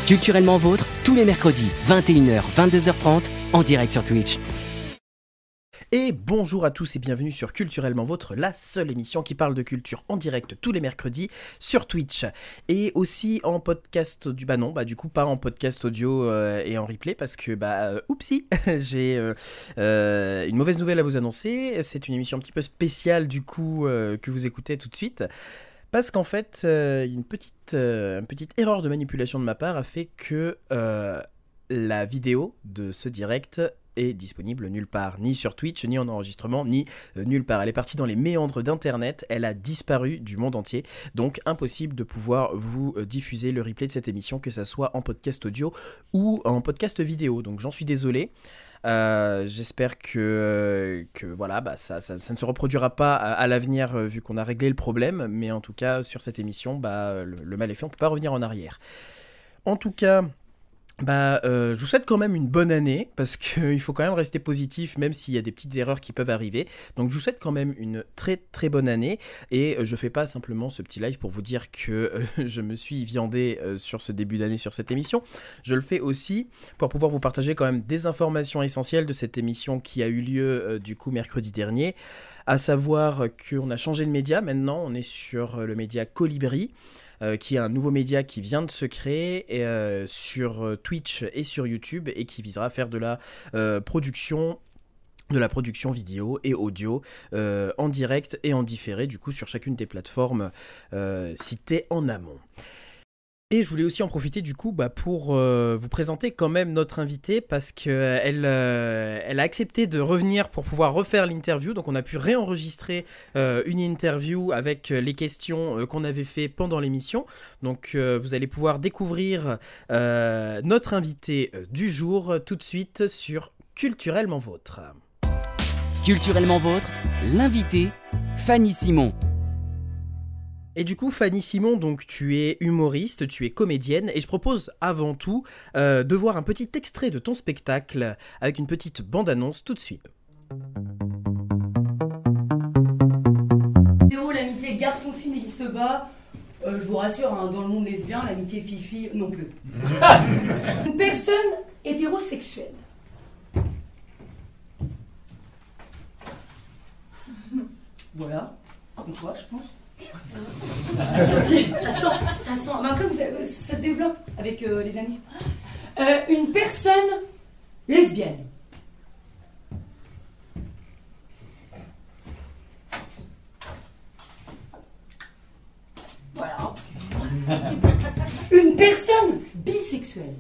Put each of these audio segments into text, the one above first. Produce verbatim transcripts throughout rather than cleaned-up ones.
Culturellement Vôtre, tous les mercredis, vingt et une heures, vingt-deux heures trente, en direct sur Twitch. Et bonjour à tous et bienvenue sur Culturellement Vôtre, la seule émission qui parle de culture en direct tous les mercredis sur Twitch. Et aussi en podcast du... Bah non, bah du coup pas en podcast audio euh, et en replay parce que bah euh, oupsie, j'ai euh, euh, une mauvaise nouvelle à vous annoncer. C'est une émission un petit peu spéciale du coup euh, que vous écoutez tout de suite. Parce qu'en fait, euh, une, petite, euh, une petite erreur de manipulation de ma part a fait que euh, la vidéo de ce direct est disponible nulle part, ni sur Twitch, ni en enregistrement, ni euh, nulle part. Elle est partie dans les méandres d'internet, elle a disparu du monde entier, donc impossible de pouvoir vous euh, diffuser le replay de cette émission, que ça soit en podcast audio ou en podcast vidéo, donc j'en suis désolé. Euh, j'espère que, que voilà, bah, ça, ça, ça ne se reproduira pas à, à l'avenir euh, vu qu'on a réglé le problème, mais en tout cas sur cette émission, bah, le, le mal est fait, on ne peut pas revenir en arrière. En tout cas, bah, euh, je vous souhaite quand même une bonne année, parce qu'il faut quand même rester positif, même s'il y a des petites erreurs qui peuvent arriver. Donc je vous souhaite quand même une très très bonne année, et je fais pas simplement ce petit live pour vous dire que euh, je me suis viandé euh, sur ce début d'année sur cette émission. Je le fais aussi pour pouvoir vous partager quand même des informations essentielles de cette émission qui a eu lieu euh, du coup mercredi dernier, à savoir qu'on a changé de média. Maintenant on est sur le média Colibri, Euh, qui est un nouveau média qui vient de se créer euh, sur Twitch et sur YouTube et qui visera à faire de la euh, production de la production vidéo et audio euh, en direct et en différé du coup sur chacune des plateformes euh, citées en amont. Et je voulais aussi en profiter du coup bah, pour euh, vous présenter quand même notre invitée, parce qu'elle euh, elle a accepté de revenir pour pouvoir refaire l'interview. Donc on a pu réenregistrer euh, une interview avec les questions euh, qu'on avait fait pendant l'émission. Donc euh, vous allez pouvoir découvrir euh, notre invitée euh, du jour euh, tout de suite sur Culturellement Vôtre. Culturellement Vôtre, l'invité, Fanny Simon. Et du coup, Fanny Simon, donc tu es humoriste, tu es comédienne, et je propose avant tout euh, de voir un petit extrait de ton spectacle avec une petite bande-annonce tout de suite. L'amitié garçon-fille n'existe pas. Euh, je vous rassure, hein, dans le monde lesbien, l'amitié fille-fille non plus. Une personne hétérosexuelle. Voilà, comme toi, je pense. ça sent, ça sent. Mais après, vous avez, ça se développe avec euh, les années. Euh, une personne lesbienne. Voilà. Une personne bisexuelle.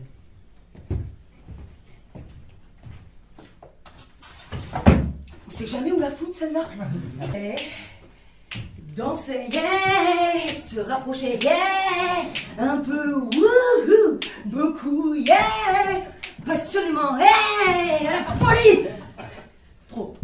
On sait jamais où la foutre celle-là. Et danser, yeah, se rapprocher, yeah, un peu, wouhou, beaucoup, yeah, passionnément, yeah, la folie. Trop.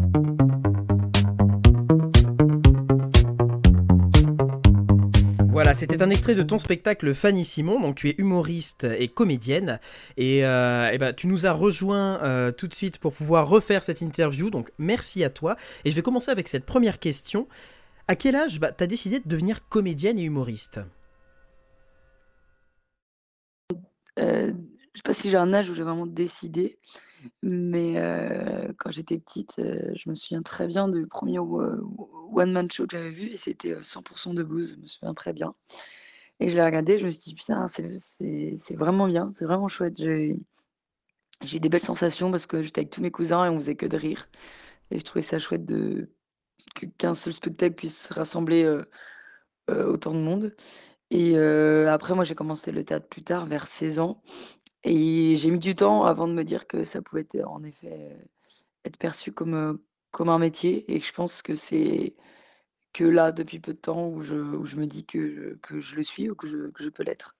Voilà, c'était un extrait de ton spectacle Fanny Simon, donc tu es humoriste et comédienne, et, euh, et ben, tu nous as rejoint euh, tout de suite pour pouvoir refaire cette interview, donc merci à toi. Et je vais commencer avec cette première question. À quel âge bah, tu as décidé de devenir comédienne et humoriste ? euh, Je ne sais pas si j'ai un âge où j'ai vraiment décidé, mais euh, quand j'étais petite, euh, je me souviens très bien du premier euh, one-man show que j'avais vu, et c'était cent pour cent de blues, je me souviens très bien. Et je l'ai regardé, je me suis dit, putain, c'est, c'est, c'est vraiment bien, c'est vraiment chouette. J'ai, j'ai eu des belles sensations parce que j'étais avec tous mes cousins et on faisait que de rire. Et je trouvais ça chouette de, que, qu'un seul spectacle puisse rassembler euh, euh, autant de monde. Et euh, après, moi, j'ai commencé le théâtre plus tard, vers seize ans. Et j'ai mis du temps avant de me dire que ça pouvait être, en effet être perçu comme, euh, comme un métier. Et que je pense que c'est que là, depuis peu de temps, où je, où je me dis que je, que je le suis ou que je, que je peux l'être.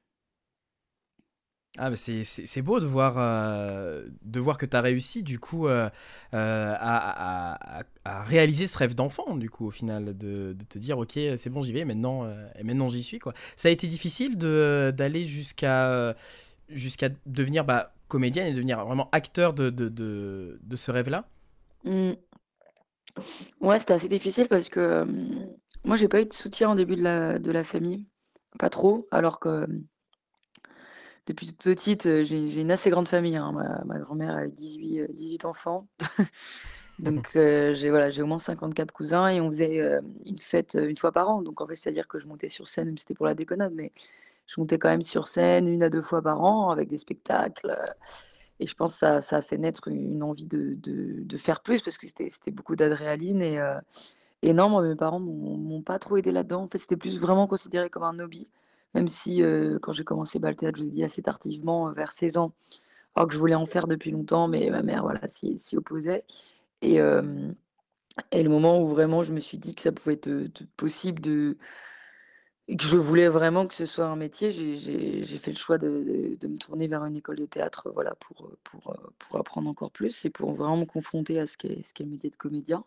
Ah, mais c'est, c'est, c'est beau de voir, euh, de voir que tu as réussi du coup euh, euh, à, à, à, à réaliser ce rêve d'enfant, du coup, au final, de, de te dire ok, c'est bon, j'y vais, maintenant, euh, et maintenant j'y suis, quoi. Ça a été difficile de, d'aller jusqu'à, jusqu'à devenir bah, comédienne et devenir vraiment acteur de, de, de, de ce rêve-là. Mmh. Ouais, c'était assez difficile parce que hem, moi, j'ai pas eu de soutien au début de la de la famille, pas trop, alors que, hem, depuis toute petite, heu, j'ai j'ai une assez grande famille, hein. Ma ma grand-mère a eu dix-huit, heu, dix-huit enfants. Donc heu, j'ai voilà, j'ai au moins cinquante-quatre cousins et on faisait, hem, une fête, heu, une fois par an. Donc en fait, c'est-à-dire que je montais sur scène, même si c'était pour la déconnade, mais je montais quand même sur scène une à deux fois par an avec des spectacles, heu et je pense ça ça a fait naître une envie de de de faire plus parce que c'était c'était beaucoup d'adrénaline et heu et non, moi, mes parents m'ont m'ont pas trop aidée là-dedans. En fait, c'était plus vraiment considéré comme un hobby, même si, heu, quand j'ai commencé, bah, le théâtre, je vous ai dit assez tardivement, heu, vers seize ans, alors que je voulais en faire depuis longtemps, mais ma mère, voilà, s'y s'y opposait et hem et le moment où vraiment je me suis dit que ça pouvait être, heu, t possible de et que je voulais vraiment que ce soit un métier, j'ai j'ai j'ai fait le choix de de de me tourner vers une école de théâtre, heu, voilà, pour, heu pour, heu, pour apprendre encore plus et pour vraiment me confronter à ce qu'est ce qu'est le métier de comédien.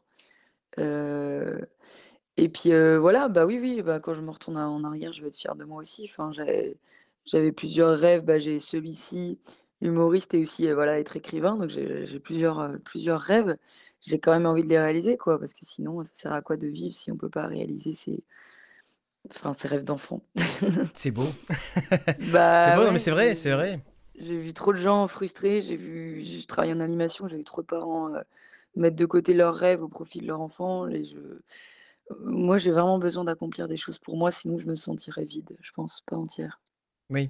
Heu et puis, heu, voilà, bah, oui, oui, bah, quand je me retourne en arrière, je vais être fière de moi aussi. Enfin, j'avais j'avais plusieurs rêves, bah, j'ai celui-ci, humoriste et aussi, heu, voilà, être écrivain, donc j'ai j'ai plusieurs, heu, plusieurs rêves. J'ai quand même envie de les réaliser, quoi, parce que sinon, ça sert à quoi de vivre si on peut pas réaliser ses enfin, ses rêves d'enfant? C'est beau. C'est Bah, beau, non mais ouais, c'est vrai, c'est j'ai vrai. j'ai vu trop de gens frustrés, j'ai vu je travaille en animation, j'ai vu trop de parents, heu, mettre de côté leurs rêves au profit de leur enfant et je moi, j'ai vraiment besoin d'accomplir des choses pour moi, sinon je me sentirais vide, je pense, pas entière. Oui.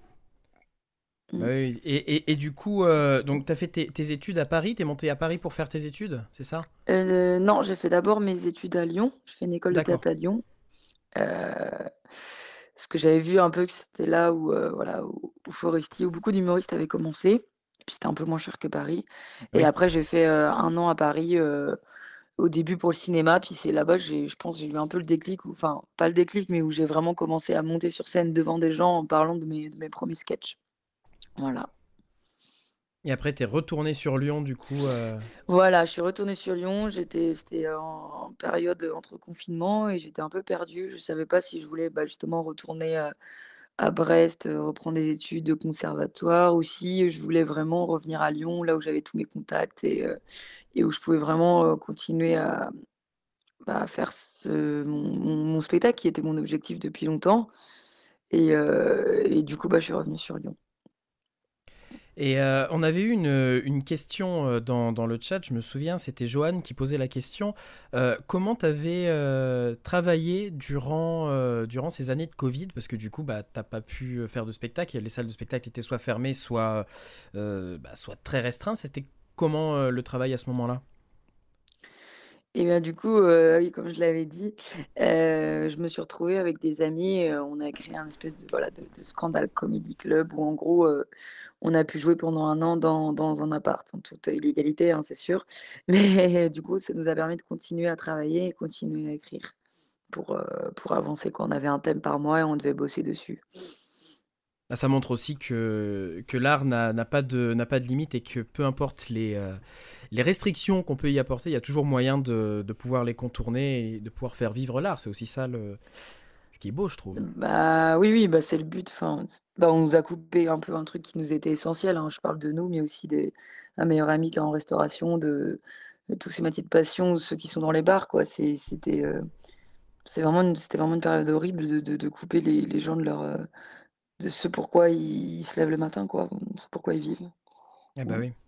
Bah, Mmh. oui, et et et du coup, heu, donc tu as fait tes tes études à Paris? Tu es monté à Paris pour faire tes études, c'est ça? Heu, non, j'ai fait d'abord mes études à Lyon. J'ai fait une école de D'accord. théâtre à Lyon, heu, parce que j'avais vu un peu que c'était là où, heu, voilà, où où Foresti, où beaucoup d'humoristes avaient commencé et puis c'était un peu moins cher que Paris et Oui. après j'ai fait, heu, un an à Paris, heu, au début pour le cinéma, puis c'est là-bas j'ai je pense j'ai eu un peu le déclic ou enfin, pas le déclic, mais où j'ai vraiment commencé à monter sur scène devant des gens en parlant de mes de mes premiers sketchs. Voilà. Et après tu es retourné sur Lyon du coup, heu Voilà, je suis retournée sur Lyon, j'étais c'était en en période, heu, entre confinements et j'étais un peu perdue. Je savais pas si je voulais, bah, justement retourner, heu, à Brest, heu, reprendre des études de conservatoire ou si je voulais vraiment revenir à Lyon, là où j'avais tous mes contacts et heu et où je pouvais vraiment, heu, continuer à, bah, à faire ce mon mon mon spectacle qui était mon objectif depuis longtemps et heu et du coup, bah, je suis revenue sur Lyon. et heu, on avait eu une, heu, une question, heu, dans dans le chat, je me souviens, c'était Johan qui posait la question, heu, comment tu avais, heu, travaillé durant, heu, durant ces années de covid? Parce que du coup, bah, tu as pas pu, heu, faire de spectacle, les salles de spectacle étaient soit fermées, soit, heu, bah, soit très restreintes. C'était comment, heu, le travail à ce moment-là? Et bien, du coup, heu, oui, comme je l'avais dit, heu, je me suis retrouvée avec des amis, heu, on a créé un espèce de, voilà, de de Scandale Comedy Club où en gros, heu, on a pu jouer pendant un an dans dans un appart, en toute illégalité, hein, c'est sûr. Mais du coup, ça nous a permis de continuer à travailler et continuer à écrire pour, heu, pour avancer, quoi. On avait un thème par mois et on devait bosser dessus. Bah, ça montre aussi que, que l'art n'a n'a pas de, n'a pas de limite et que peu importe les, euh, les restrictions qu'on peut y apporter, il y a toujours moyen de, de pouvoir les contourner et de pouvoir faire vivre l'art. C'est aussi ça le, ce qui est beau, je trouve. Bah, oui, oui, bah, c'est le but. Enfin, c bah, on nous a coupé un peu un truc qui nous était essentiel, hein. Je parle de nous, mais aussi des un meilleur ami qui est en restauration, de de tous ces métiers de passion, ceux qui sont dans les bars, quoi. C'est c'était, heu, c'est vraiment une c'était vraiment une période horrible de de de couper les les gens de leur, heu, de ce pourquoi ils ils se lèvent le matin, quoi, ce pourquoi ils vivent. Eh bah Ouais. oui.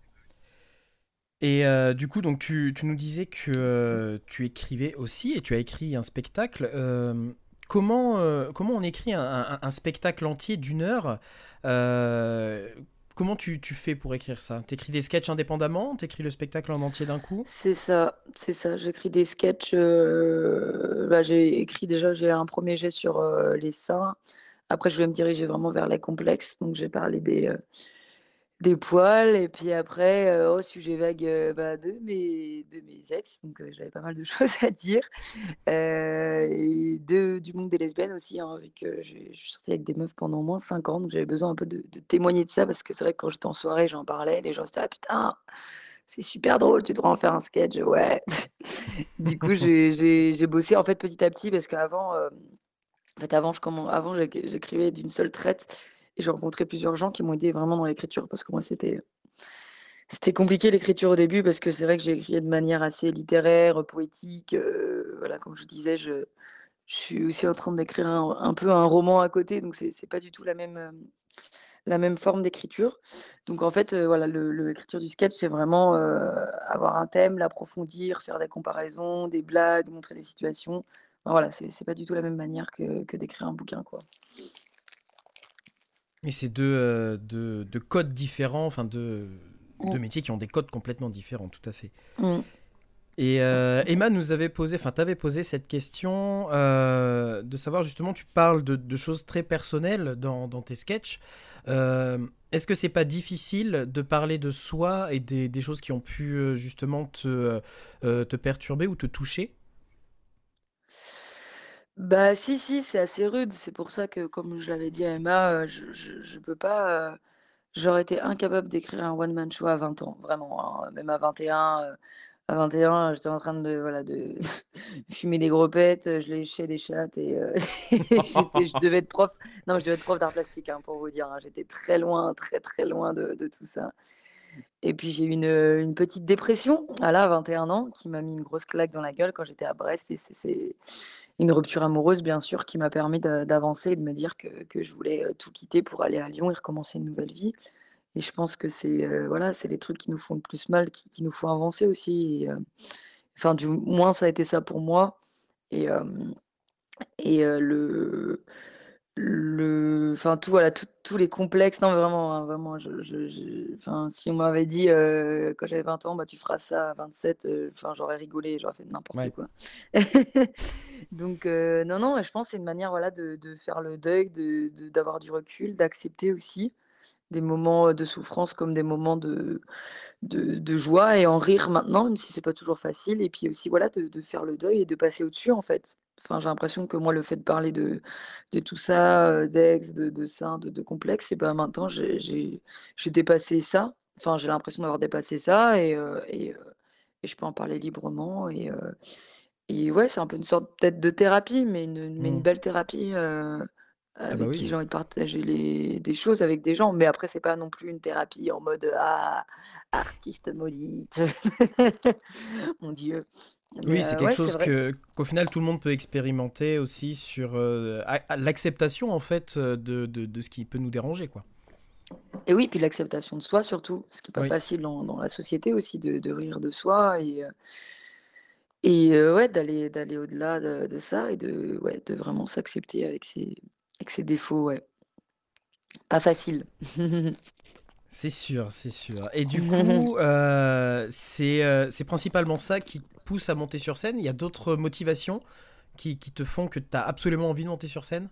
Et euh, du coup, donc tu, tu nous disais que euh, tu écrivais aussi et tu as écrit un spectacle. Euh, comment, euh, comment on écrit un, un- un spectacle entier d'une heure? Euh, Comment tu, tu fais pour écrire ça? T'écris des sketchs indépendamment? T'écris le spectacle en entier d'un coup? C'est ça, c'est ça. J'écris des sketchs, heu, bah, j'ai écrit déjà j'ai un premier jet sur, heu, les seins. Après je vais me diriger vraiment vers les complexes, donc j'ai parlé des, heu, des poils et puis après, heu, oh sujet vague, heu, bah, de mes de mes ex, donc heu, j'avais pas mal de choses à dire, heu et de du monde des lesbiennes aussi, hein, vu que j'ai je suis sortie avec des meufs pendant au moins cinq ans, donc j'avais besoin un peu de de témoigner de ça parce que c'est vrai que quand j'étais en soirée, j'en parlais, les gens étaient: «Ah putain, c'est super drôle, tu devrais en faire un sketch». Ouais. Du coup, j'ai j'ai j'ai bossé en fait petit à petit parce qu'avant, hem, en fait avant je commen avant j'éc j'écrivais d'une seule traite et j'ai rencontré plusieurs gens qui m'ont aidé vraiment dans l'écriture parce que moi c'était c'était compliqué l'écriture au début parce que c'est vrai que j'ai écrit de manière assez littéraire, poétique, heu, voilà comme je disais, je je suis aussi en train d'écrire un un peu un roman à côté donc c'est c'est pas du tout la même, hem, la même forme d'écriture. Donc en fait, heu, voilà, le le l'écriture du sketch, c'est vraiment, heu, avoir un thème, l'approfondir, faire des comparaisons, des blagues, montrer des situations. Enfin voilà, c'est c'est pas du tout la même manière que que d'écrire un bouquin, quoi. Et c'est deux, euh, deux, deux codes différents, enfin deux, deux Mmh. métiers qui ont des codes complètement différents, tout à fait. Mmh. Et euh, C'est ça. Emma nous avait posé, enfin t'avais posé cette question euh, de savoir justement, tu parles de, de choses très personnelles dans, dans tes sketchs. Euh, Est-ce que c'est pas difficile de parler de soi et des, des choses qui ont pu euh, justement te, euh, te perturber ou te toucher? Bah, si, si, c'est assez rude. C'est pour ça que, comme je l'avais dit à Emma, heu, je je je peux pas, heu, j'aurais été incapable d'écrire un one man show à vingt ans, vraiment, hein, même à vingt et un, heu, à vingt et un, j'étais en train de, voilà, de fumer des gros pets, heu, je léchais des chattes et heu, j'étais je devais être prof non, je devais être prof d'art plastique, hein, pour vous dire, hein. J'étais très loin, très, très loin de de tout ça et puis j'ai eu une, heu, une petite dépression, voilà, à vingt et un ans, qui m'a mis une grosse claque dans la gueule quand j'étais à Brest et c'est c'est une rupture amoureuse, bien sûr, qui m'a permis de d'avancer et de me dire que que je voulais, heu, tout quitter pour aller à Lyon et recommencer une nouvelle vie et je pense que c'est, heu, voilà, c'est les trucs qui nous font le plus mal, qui qui nous font avancer aussi et heu, enfin, du moins, ça a été ça pour moi et hem et heu, le le enfin, tout, voilà, tout tous les complexes, non, mais vraiment, hein, vraiment, je je je enfin, si on m'avait dit, heu, quand j'avais vingt ans: «Bah, tu feras ça à vingt-sept», heu, enfin, j'aurais rigolé, j'aurais fait n'importe Ouais. quoi. Donc heu, non, non, je pense que c'est une manière, voilà, de de faire le deuil, de de d'avoir du recul, d'accepter aussi des moments, de souffrance comme des moments de de de joie et en rire maintenant, même si c'est pas toujours facile et puis aussi, voilà, de de faire le deuil et de passer au-dessus, en fait. Enfin, j'ai l'impression que moi, le fait de parler de de tout ça, heu, d'ex, de de ça, de de complexes et ben, maintenant j'ai j'ai j'ai dépassé ça. Enfin, j'ai l'impression d'avoir dépassé ça et heu et heu et je peux en parler librement et heu et ouais, c'est un peu une sorte peut-être de thérapie, mais une mais une Mm. belle thérapie, heu, Ah bah avec qui oui. j'ai envie de partager les des choses avec des gens. Mais après, c'est pas non plus une thérapie en mode, «Ah, artiste maudite». Mon Dieu. Mais Oui, c'est heu, quelque ouais, c'est chose vrai. que qu'au final tout le monde peut expérimenter aussi sur euh, à- à l'acceptation en fait euh, de, de, de ce qui peut nous déranger, quoi. Et oui, puis l'acceptation de soi surtout, ce qui est pas Oui. facile dans dans la société aussi de de rire de soi et heu et heu, ouais, d'aller d'aller au-delà de de ça et de ouais, de vraiment s'accepter avec ses avec ses défauts, ouais. Pas facile. C'est sûr, c'est sûr. Et du coup, euh, c'est euh, c'est principalement ça qui te pousse à monter sur scène. Il y a d'autres motivations qui, qui te font que tu as absolument envie de monter sur scène?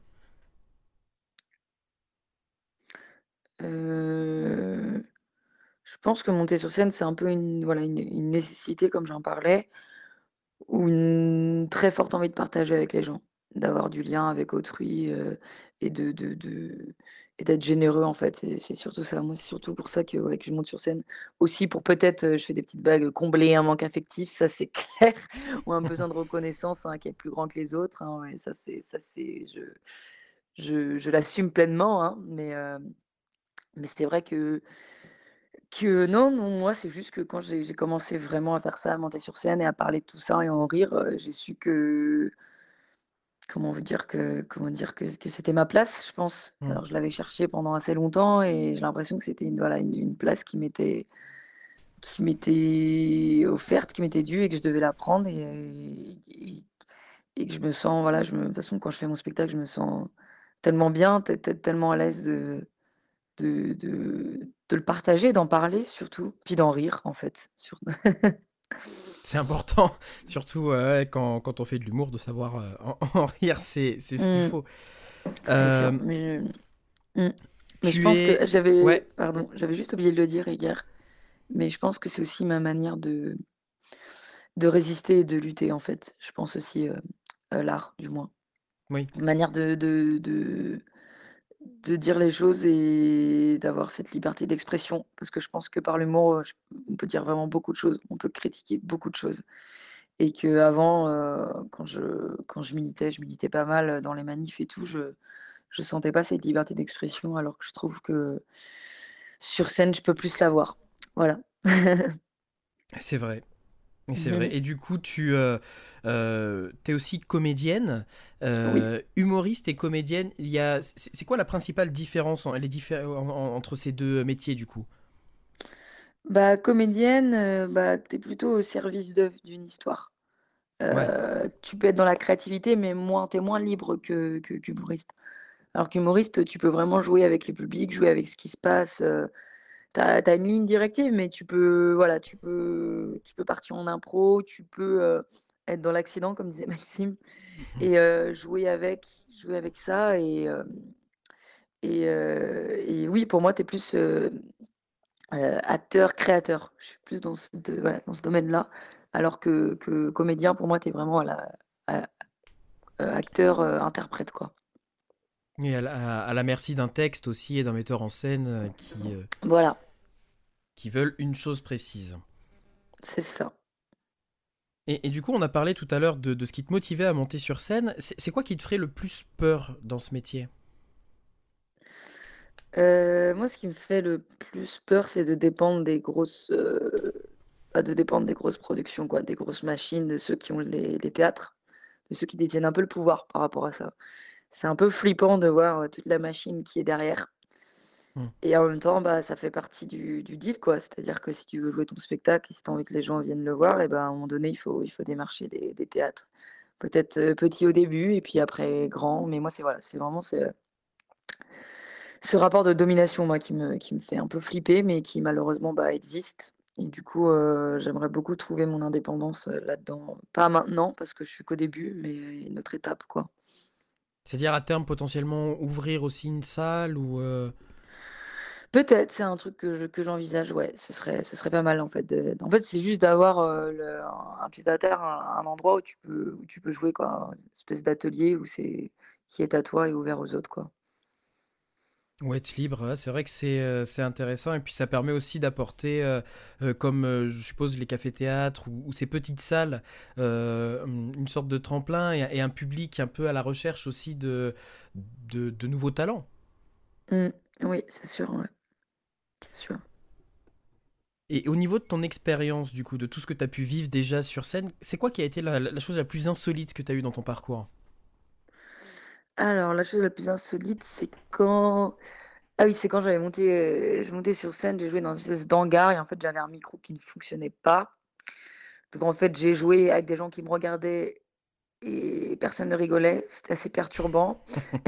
Heu, je pense que monter sur scène, c'est un peu une voilà, une une nécessité comme j'en parlais, ou une très forte envie de partager avec les gens, d'avoir du lien avec autrui, heu et de de de et d'être généreux, en fait. C'est c'est surtout ça. Moi, c'est surtout pour ça que, ouais, que je monte sur scène. Aussi pour peut-être, heu, je fais des petites blagues, combler un manque affectif, ça c'est clair, ou un besoin de reconnaissance, hein, qui est plus grand que les autres, hein, ouais, ça c'est ça c'est je je je l'assume pleinement, hein, mais hem, mais c'est vrai que Que non, non, moi, c'est juste que quand j'ai j'ai commencé vraiment à faire ça, à monter sur scène et à parler de tout ça et à en rire, heu, j'ai su que comment vous dire? Que comment dire? Que que c'était ma place, je pense. Mm. Alors je l'avais cherchée pendant assez longtemps et j'ai l'impression que c'était une voilà, une une place qui m'était qui m'était offerte, qui m'était due et que je devais la prendre et et et que je me sens voilà, je me de toute façon, quand je fais mon spectacle, je me sens tellement bien, te te tellement à l'aise de de de de le partager, d'en parler surtout, puis d'en rire en fait, sur C'est important, surtout euh, ouais, quand, quand on fait de l'humour, de savoir euh, en, en rire, c'est c'est ce qu'il mmh, faut. c'est sûr, Euh, mais mmh, mais je Tu pense que es... j'avais Ouais, pardon, j'avais juste oublié de le dire hier, mais je pense que c'est aussi ma manière de de résister et de lutter en fait. Je pense aussi, heu heu, l'art du moins. oui, Une manière de de de de dire les choses et d'avoir cette liberté d'expression parce que je pense que par l'humour, heu, je on peut dire vraiment beaucoup de choses, on peut critiquer beaucoup de choses. Et qu'avant, heu, quand je quand je militais, je militais pas mal, dans les manifs et tout, je je sentais pas cette liberté d'expression alors que je trouve que sur scène, je peux plus l'avoir. Voilà. c'est vrai. Et c'est vrai. Et du coup, tu euh, es aussi comédienne, Oui. euh, humoriste et comédienne. Il y a, c'est c'est quoi la principale différence en- les diffé- en- en- entre ces deux métiers du coup? Bah, comédienne, heu, bah, tu plutôt au service de d'une histoire. Ouais. Heu, tu peux être dans la créativité, mais moins t'es moins libre que que qu'humoriste. Alors qu'humoriste, tu peux vraiment jouer avec le public, jouer avec ce qui se passe, heu, tu as une ligne directive, mais tu peux voilà, tu peux tu peux partir en impro, tu peux, heu, être dans l'accident comme disait Maxime et heu, jouer avec jouer avec ça et hem et heu et oui, pour moi, tu es plus, heu heu, acteur, créateur. Je suis plus dans ce de voilà, dans ce domaine-là, alors que que comédien, pour moi, tu es vraiment à la à heu, acteur, heu, interprète, quoi. Et à la, à la merci d'un texte aussi et d'un metteur en scène euh, qui, euh, Voilà, qui veulent une chose précise. c'est ça. Et, et du coup, on a parlé tout à l'heure de, de ce qui te motivait à monter sur scène. C'est c'est quoi qui te ferait le plus peur dans ce métier? Heu, moi, ce qui me fait le plus peur, c'est de dépendre des grosses, heu, bah, de dépendre des grosses productions, quoi, des grosses machines, de ceux qui ont les les théâtres, de ceux qui détiennent un peu le pouvoir par rapport à ça. C'est un peu flippant de voir, heu, toute la machine qui est derrière Hmm. et en même temps, bah, ça fait partie du du deal, quoi. C'est-à-dire que si tu veux jouer ton spectacle et si tu as envie que les gens viennent le voir et ben, à un moment donné, il faut il faut démarcher des des théâtres. Peut-être, heu, petit au début et puis après grand, mais moi, c'est voilà, c'est vraiment c'est, ce rapport de domination, moi, qui me qui me fait un peu flipper, mais qui malheureusement, bah, existe et du coup, heu, j'aimerais beaucoup trouver mon indépendance, heu, là-dedans. Pas maintenant parce que je suis qu'au début, mais une autre étape, quoi. C'est-à-dire à terme potentiellement ouvrir aussi une salle ou... euh, Peut-être, c'est un truc que je que j'envisage, ouais, ce serait ce serait pas mal, en fait, de en fait, c'est juste d'avoir, heu, le un un pied-à-terre, un un endroit où tu peux où tu peux jouer, quoi, une espèce d'atelier où c'est qui est à toi et ouvert aux autres, quoi. ou être libre, ouais, c'est vrai que c'est euh, c'est intéressant et puis ça permet aussi d'apporter, euh, euh, comme euh, je suppose les cafés-théâtres ou, ou ces petites salles, euh, une sorte de tremplin et, et un public un peu à la recherche aussi de, de, de nouveaux talents. Mmh. Oui, c'est sûr, ouais, c'est sûr. Et au niveau de ton expérience, du coup, de tout ce que tu as pu vivre déjà sur scène, c'est quoi qui a été la, la chose la plus insolite que tu as eue dans ton parcours? Alors, la chose la plus insolite, c'est quand ah oui, c'est quand j'avais monté, heu, je montais sur scène, j'ai joué dans une espèce d'hangar et en fait, j'avais un micro qui ne fonctionnait pas. Donc en fait, j'ai joué avec des gens qui me regardaient et personne ne rigolait. C'était assez perturbant.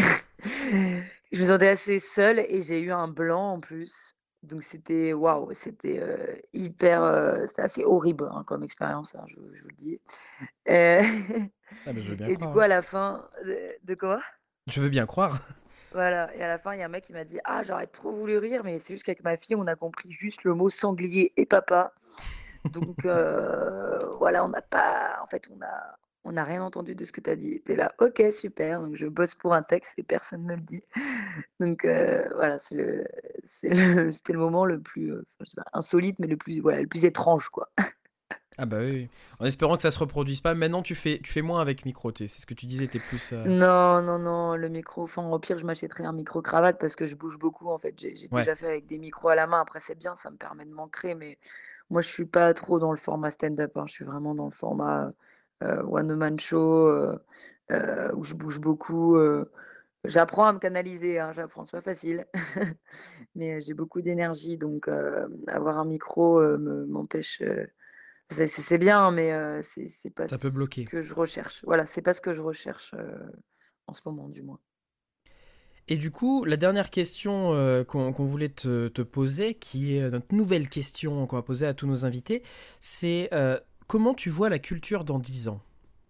Je me sentais assez seule et j'ai eu un blanc en plus. Donc c'était waouh, c'était, heu, hyper, heu, c'était assez horrible, hein, comme expérience, hein, je je vous le dis. Heu Ah ben je veux bien et du croire, coup, hein. à la fin de de quoi? Je veux bien croire. Voilà et à la fin, il y a un mec qui m'a dit: «Ah, j'aurais trop voulu rire, mais c'est juste qu'avec ma fille, on a compris juste le mot sanglier et papa. Donc heu, voilà, on n'a pas en fait, on a on n'a rien entendu de ce que tu as dit». Tu es là: «OK, super». Donc je bosse pour un texte et personne ne me le dit. Donc heu, voilà, c'est le c'est le c'était le moment le plus, heu, enfin, je sais pas, insolite, mais le plus voilà, le plus étrange, quoi. Ah bah oui, oui. En espérant que ça se reproduise pas. Maintenant, tu fais, tu fais moins avec micro, t'es- c'est ce que tu disais, t'es plus... euh, Non, non, non, le micro, enfin, au pire, je m'achèterais un micro-cravate parce que je bouge beaucoup, en fait. J'ai j'ai Ouais. déjà fait avec des micros à la main. Après, c'est bien, ça me permet de m'ancrer, mais moi, je suis pas trop dans le format stand-up, hein. Je suis vraiment dans le format euh, one-man show euh, euh, où je bouge beaucoup. euh. J'apprends à me canaliser, hein, j'apprends, c'est pas facile, mais euh, j'ai beaucoup d'énergie, donc euh, avoir un micro euh, me- m'empêche. euh, c'est c'est- c'est bien, mais euh, c'est c'est pas Ça peut ce bloquer. que je recherche. Voilà, c'est pas ce que je recherche euh, en ce moment, du moins. Et du coup, la dernière question euh, qu'on qu'on voulait te, te poser, qui est notre nouvelle question qu'on va poser à tous nos invités, c'est euh, comment tu vois la culture dans dix ans?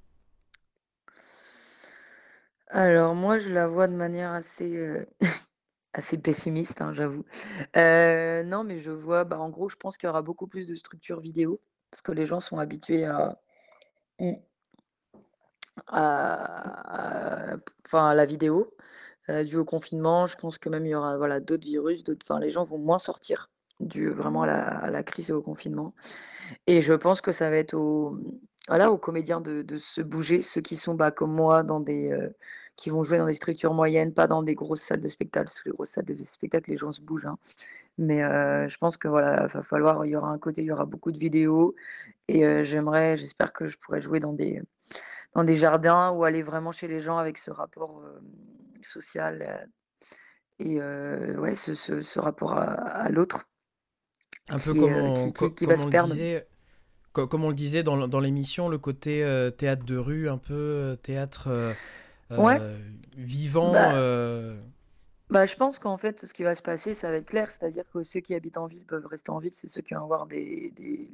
Alors moi, je la vois de manière assez, heu, assez pessimiste, hein, j'avoue. Heu, non, mais je vois, bah, en gros, je pense qu'il y aura beaucoup plus de structures vidéo parce que les gens sont habitués à mmh, à à enfin, à la vidéo, heu, dû au confinement. Je pense que même il y aura, voilà, d'autres virus, d'autres enfin, les gens vont moins sortir dû vraiment à la à la crise et au confinement et je pense que ça va être au voilà, aux comédiens de de se bouger, ceux qui sont, bah, comme moi dans des, heu, qui vont jouer dans des structures moyennes, pas dans des grosses salles de spectacle, parce que les grosses salles de spectacle, les gens se bougent, hein. Mais heu, je pense que voilà, va falloir il y aura un côté, il y aura beaucoup de vidéos et heu, j'aimerais j'espère que je pourrai jouer dans des dans des jardins ou aller vraiment chez les gens avec ce rapport, hem, social, heu et heu, ouais, ce ce ce rapport à à l'autre Un peu qui est, comme heu, on, qui qui co- qui va comme se on le perdre. disait, co- comme on le disait dans, l- dans l'émission, le côté euh, théâtre de rue, un peu euh, théâtre euh, Ouais, euh, vivant. bah euh, bah, je pense qu'en fait, ce qui va se passer, ça va être clair, c'est-à-dire que ceux qui habitent en ville peuvent rester en ville, c'est ceux qui vont avoir des des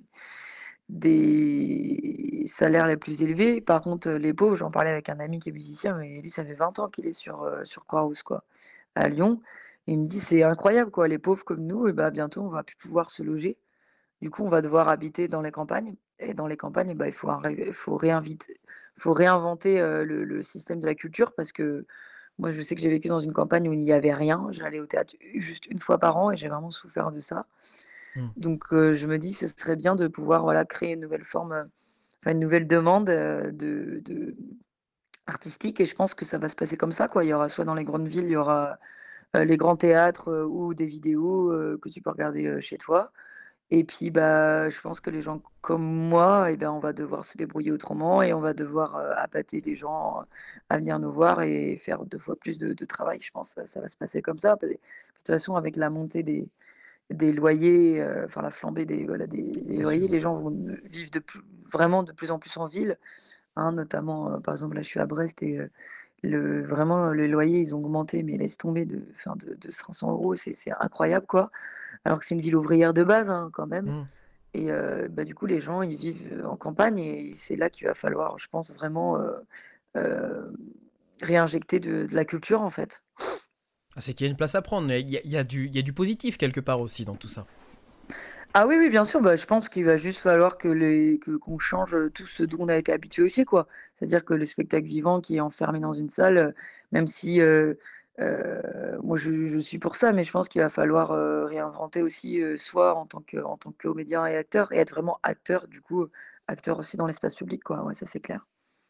des salaires les plus élevés. Par contre, heu, les pauvres, j'en parlais avec un ami qui est musicien, mais lui, ça fait vingt ans qu'il est sur, heu, sur Croix-Rousse, quoi, à Lyon. Et il me dit: «C'est incroyable, quoi, les pauvres comme nous et bah, bientôt, on va plus pouvoir se loger. Du coup, on va devoir habiter dans les campagnes et dans les campagnes, bah, il faut un ré il faut réinviter faut réinventer, heu, le le système de la culture parce que moi, je sais que j'ai vécu dans une campagne où il n'y avait rien. J'allais au théâtre u juste une fois par an et j'ai vraiment souffert de ça. hmm. Donc heu, je me dis que ce serait bien de pouvoir, voilà, créer une nouvelle forme, heu, enfin une nouvelle demande, heu, de de artistique et je pense que ça va se passer comme ça, quoi. Il y aura soit dans les grandes villes, il y aura, heu, les grands théâtres, heu, ou des vidéos, heu, que tu peux regarder, heu, chez toi et puis, bah, je pense que les gens comme moi et ben, on va devoir se débrouiller autrement et on va devoir, heu, appâter les gens à venir nous voir et faire deux fois plus de de travail. Je pense, ça ça va se passer comme ça. P de toute façon, avec la montée des des loyers, heu, enfin la flambée des voilà, des des C'est loyers, sûr. les gens vont de vivre de plus vraiment de plus en plus en ville, hein, notamment, heu, par exemple, là, je suis à Brest et heu, le vraiment, les loyers, ils ont augmenté, mais laisse tomber de enfin de de cinq cents euros, c'est c'est incroyable, quoi. Alors que c'est une ville ouvrière de base, hein, quand même Hmm. et heu, bah, du coup, les gens, ils vivent, heu, en campagne et c'est là qu'il va falloir, je pense, vraiment, heu, hem, réinjecter de de la culture, en fait. Ah, c'est qu'il y a une place à prendre, mais il y a, il y a du, il y a du positif quelque part aussi dans tout ça. Ah oui, oui, bien sûr, bah, je pense qu'il va juste falloir que les que qu'on change, heu, tout ce dont on a été habitué aussi, quoi. C'est-à-dire que le spectacle vivant qui est enfermé dans une salle, heu, même si, heu heu, moi je je suis pour ça, mais je pense qu'il va falloir, heu, réinventer aussi, heu, soi en tant que en tant que comédien et acteur et être vraiment acteur du coup, heu, acteur aussi dans l'espace public, quoi. Ouais, ça c'est clair.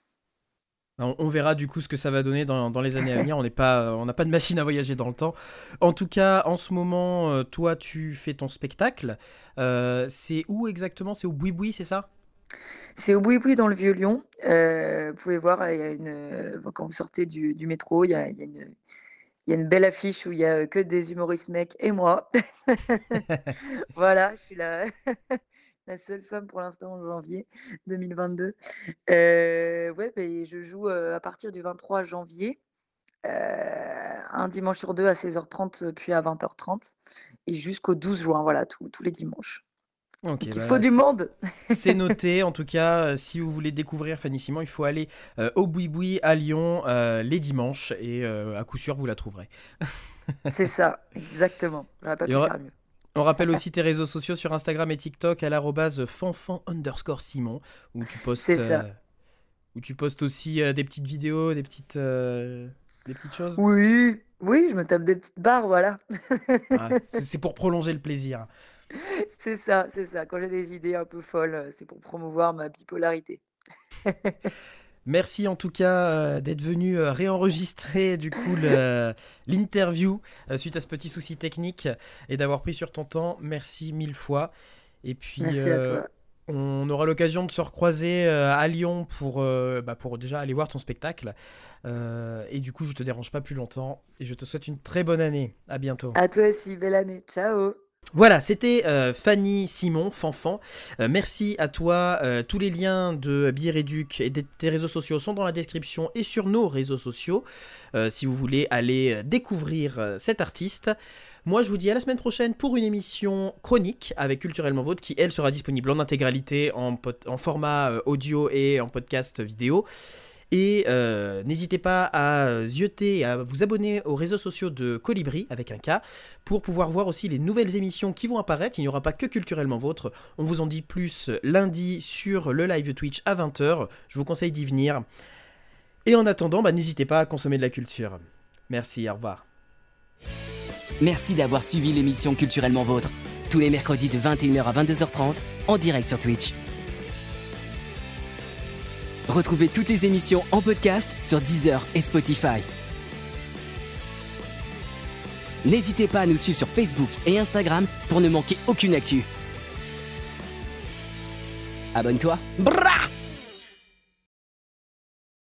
On, on verra du coup ce que ça va donner dans, dans les années à venir. On n'est pas, on n'a pas de machine à voyager dans le temps. En tout cas, en ce moment, euh, toi, tu fais ton spectacle. Euh, c'est où exactement? C'est au Boui-Boui, c'est ça? C'est au Boui-Boui dans le Vieux-Lyon, heu, vous pouvez voir, il y a une, heu, quand vous sortez du du métro, il y a il y a une il y a une belle affiche où il y a, que des humoristes mecs et moi. Voilà, je suis la la seule femme pour l'instant en janvier deux mille vingt-deux. Heu, ouais, beh, je joue, heu, à partir du vingt-trois janvier, heu, un dimanche sur deux à seize heures trente, puis à vingt heures trente et jusqu'au douze juin, voilà, tous tous les dimanches. Ok, Donc il faut bah, du c'est monde! c'est noté. En tout cas, euh, si vous voulez découvrir Fanny Simon, il faut aller euh, au Boui-Boui à Lyon euh, les dimanches et euh, à coup sûr, vous la trouverez. C'est ça, exactement. J'aurais pas Et pu on, faire mieux. on rappelle aussi tes réseaux sociaux sur Instagram et TikTok à l'arrobase fanfan underscore Simon, où tu postes, C'est euh, ça. où tu postes aussi euh, des petites vidéos, des petites, euh, des petites choses. Oui, oui, je me tape des petites barres, voilà. Ah, c'est c'est pour prolonger le plaisir. C'est ça, c'est ça. Quand j'ai des idées un peu folles, heu, c'est pour promouvoir ma bipolarité. Merci en tout cas euh, d'être venu euh, réenregistrer du coup le- l'interview euh, suite à ce petit souci technique et d'avoir pris sur ton temps. Merci mille fois. Et puis Merci à euh, toi. on aura l'occasion de se recroiser euh, à Lyon pour, euh, bah, pour déjà aller voir ton spectacle. Euh, et du coup, je te dérange pas plus longtemps et je te souhaite une très bonne année. À bientôt. À toi aussi, belle année. Ciao. Voilà, c'était euh, Fanny Simon, Fanfan. Euh, merci à toi. Euh, tous les liens de Biréduc et de tes réseaux sociaux sont dans la description et sur nos réseaux sociaux. Euh, si vous voulez aller découvrir euh, cet artiste. Moi, je vous dis à la semaine prochaine pour une émission chronique avec Culturellement Vôtre qui, elle, sera disponible en intégralité, en, pod- en format euh, audio et en podcast vidéo. Et euh, n'hésitez pas à zioter et à vous abonner aux réseaux sociaux de Colibri, avec un K, pour pouvoir voir aussi les nouvelles émissions qui vont apparaître. Il n'y aura pas que Culturellement Vôtre. On vous en dit plus lundi sur le live Twitch à vingt heures. Je vous conseille d'y venir. Et en attendant, bah, n'hésitez pas à consommer de la culture. Merci, au revoir. Merci d'avoir suivi l'émission Culturellement Vôtre. Tous les mercredis de vingt et une heures à vingt-deux heures trente, en direct sur Twitch. Retrouvez toutes les émissions en podcast sur Deezer et Spotify. N'hésitez pas à nous suivre sur Facebook et Instagram pour ne manquer aucune actu. Abonne-toi. Brrrah !